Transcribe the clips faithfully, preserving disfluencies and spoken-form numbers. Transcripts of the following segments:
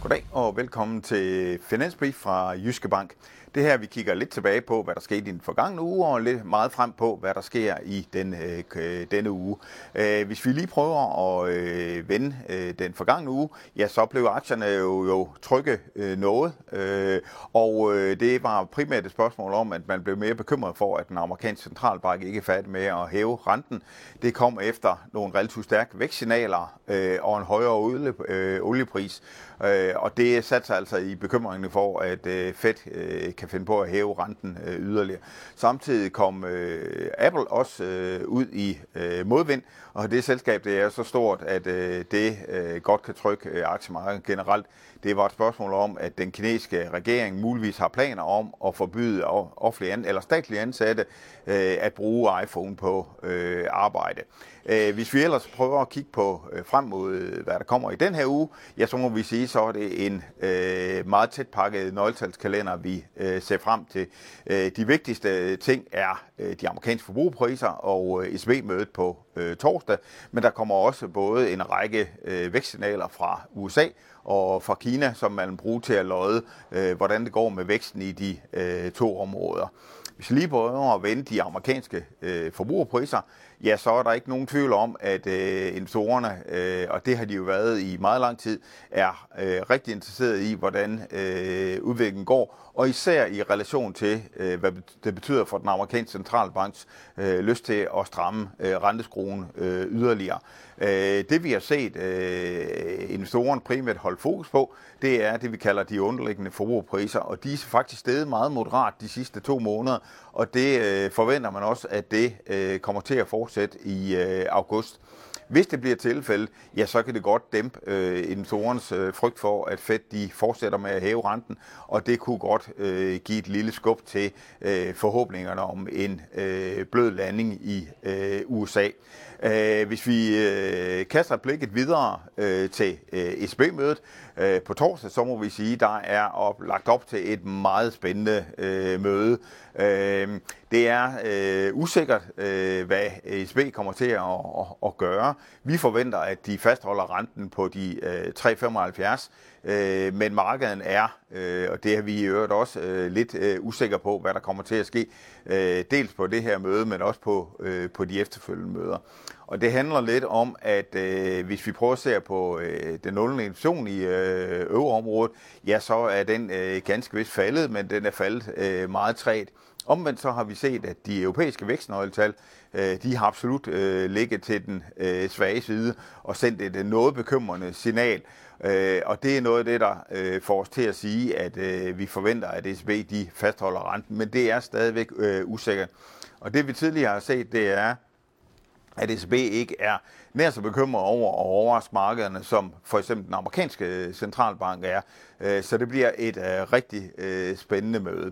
Goddag og velkommen til Finansbrief fra Jyske Bank. Det her, vi kigger lidt tilbage på, hvad der skete i den forgangne uge, og lidt meget frem på, hvad der sker i den, øh, denne uge. Øh, hvis vi lige prøver at øh, vende øh, den forgangne uge, ja, så blev aktierne jo, jo trykket øh, noget. Øh, og øh, det var primært et spørgsmål om, at man blev mere bekymret for, at den amerikanske centralbank ikke er færdig med at hæve renten. Det kom efter nogle relativt stærke vækstsignaler øh, og en højere olie, øh, oliepris. Øh, og det satte sig altså i bekymringen for, at øh, Fed øh, kan finde på at hæve renten øh, yderligere. Samtidig kom øh, Apple også øh, ud i øh, modvind, og det selskab det er så stort, at øh, det øh, godt kan trykke øh, aktiemarkedet generelt. Det var et spørgsmål om, at den kinesiske regering muligvis har planer om at forbyde offentlige an- eller statlige ansatte øh, at bruge iPhone på øh, arbejde. Øh, hvis vi ellers prøver at kigge på øh, frem mod, hvad der kommer i den her uge, ja, så må vi sige, så er det en øh, meget tæt pakket nøgletalskalender, vi øh, ser frem til. Øh, de vigtigste ting er øh, de amerikanske forbrugerpriser og øh, E C B-mødet på øh, torsdag, men der kommer også både en række øh, vækstsignaler fra U S A og fra Kina, som man bruger til at lodde, øh, hvordan det går med væksten i de øh, to områder. Hvis vi lige prøver at vende de amerikanske øh, forbrugerpriser, ja, så er der ikke nogen tvivl om, at øh, investorerne, øh, og det har de jo været i meget lang tid, er øh, rigtig interesseret i, hvordan øh, udviklingen går, og især i relation til, øh, hvad det betyder for den amerikanske centralbanks øh, lyst til at stramme øh, renteskruen øh, yderligere. Øh, det vi har set øh, investorerne primært holde fokus på, det er det, vi kalder de underliggende forbrugerpriser, og de er faktisk steget meget moderat de sidste to måneder, og det øh, forventer man også, at det øh, kommer til at fortsætte i øh, august. Hvis det bliver tilfældet, ja, så kan det godt dæmpe øh, investorernes øh, frygt for, at Fed de fortsætter med at hæve renten, og det kunne godt øh, give et lille skub til øh, forhåbningerne om en øh, blød landing i øh, U S A. Øh, hvis vi øh, kaster blikket videre øh, til øh, E C B-mødet øh, på torsdag, så må vi sige, at der er op, lagt op til et meget spændende øh, møde. Øh, det er øh, usikkert, øh, hvad E C B kommer til at, at, at gøre. Vi forventer, at de fastholder renten på de øh, tre komma femoghalvfjerds, øh, men markedet er, øh, og det har vi i øvrigt også øh, lidt øh, usikre på, hvad der kommer til at ske, øh, dels på det her møde, men også på, øh, på de efterfølgende møder. Og det handler lidt om, at øh, hvis vi prøver at se på øh, den nullerende inflation i øh, euroområdet, ja, så er den øh, ganske vist faldet, men den er faldet øh, meget trægt. Omvendt så har vi set, at de europæiske vækstnøgletal, øh, de har absolut øh, ligget til den øh, svage side og sendt et noget bekymrende signal. Øh, og det er noget af det, der øh, får os til at sige, at øh, vi forventer, at E C B de fastholder renten, men det er stadigvæk øh, usikkert. Og det vi tidligere har set, det er, at E C B ikke er nær så bekymret over at overraske markederne, som for eksempel den amerikanske centralbank er. Så det bliver et rigtig spændende møde.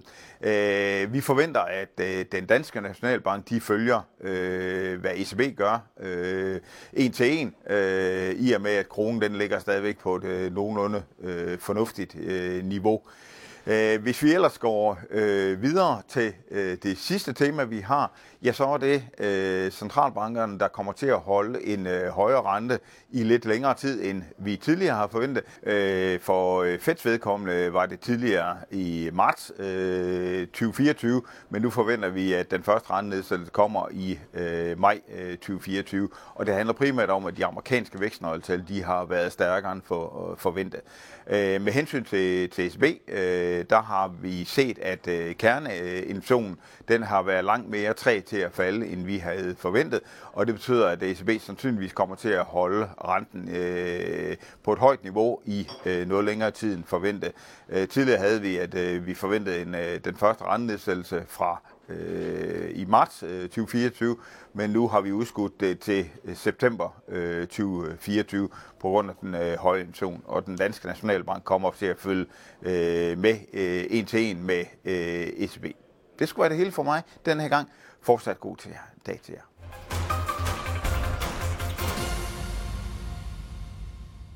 Vi forventer, at den danske nationalbank de følger, hvad E C B gør, en til en, i og med at kronen den ligger stadigvæk på et nogenlunde fornuftigt niveau. Hvis vi ellers går øh, videre til øh, det sidste tema, vi har, ja, så er det øh, centralbankerne, der kommer til at holde en øh, højere rente i lidt længere tid, end vi tidligere har forventet. Øh, for øh, Feds vedkommende var det tidligere i marts øh, tyve fireogtyve, men nu forventer vi, at den første rentenedsættelse kommer i øh, maj øh, tyve fireogtyve. Og det handler primært om, at de amerikanske vækstnøgletal de har været stærkere end for, øh, forventet. Øh, med hensyn til, til E C B, øh, der har vi set, at øh, kerneinflationen den har været langt mere træg til at falde, end vi havde forventet, og det betyder, at E C B sandsynligvis kommer til at holde renten øh, på et højt niveau i øh, noget længere tid end forventet. Øh, tidligere havde vi, at øh, vi forventede en, øh, den første rentenedsættelse fra øh, i marts øh, tyve fireogtyve, men nu har vi udskudt det til september øh, tyve fireogtyve på grund af den øh, høje inflation, og den danske nationalbank kommer til at følge øh, med øh, en til en med øh, E C B. Det skulle være det hele for mig den her gang. Fortsat god til jer. Dag til jer.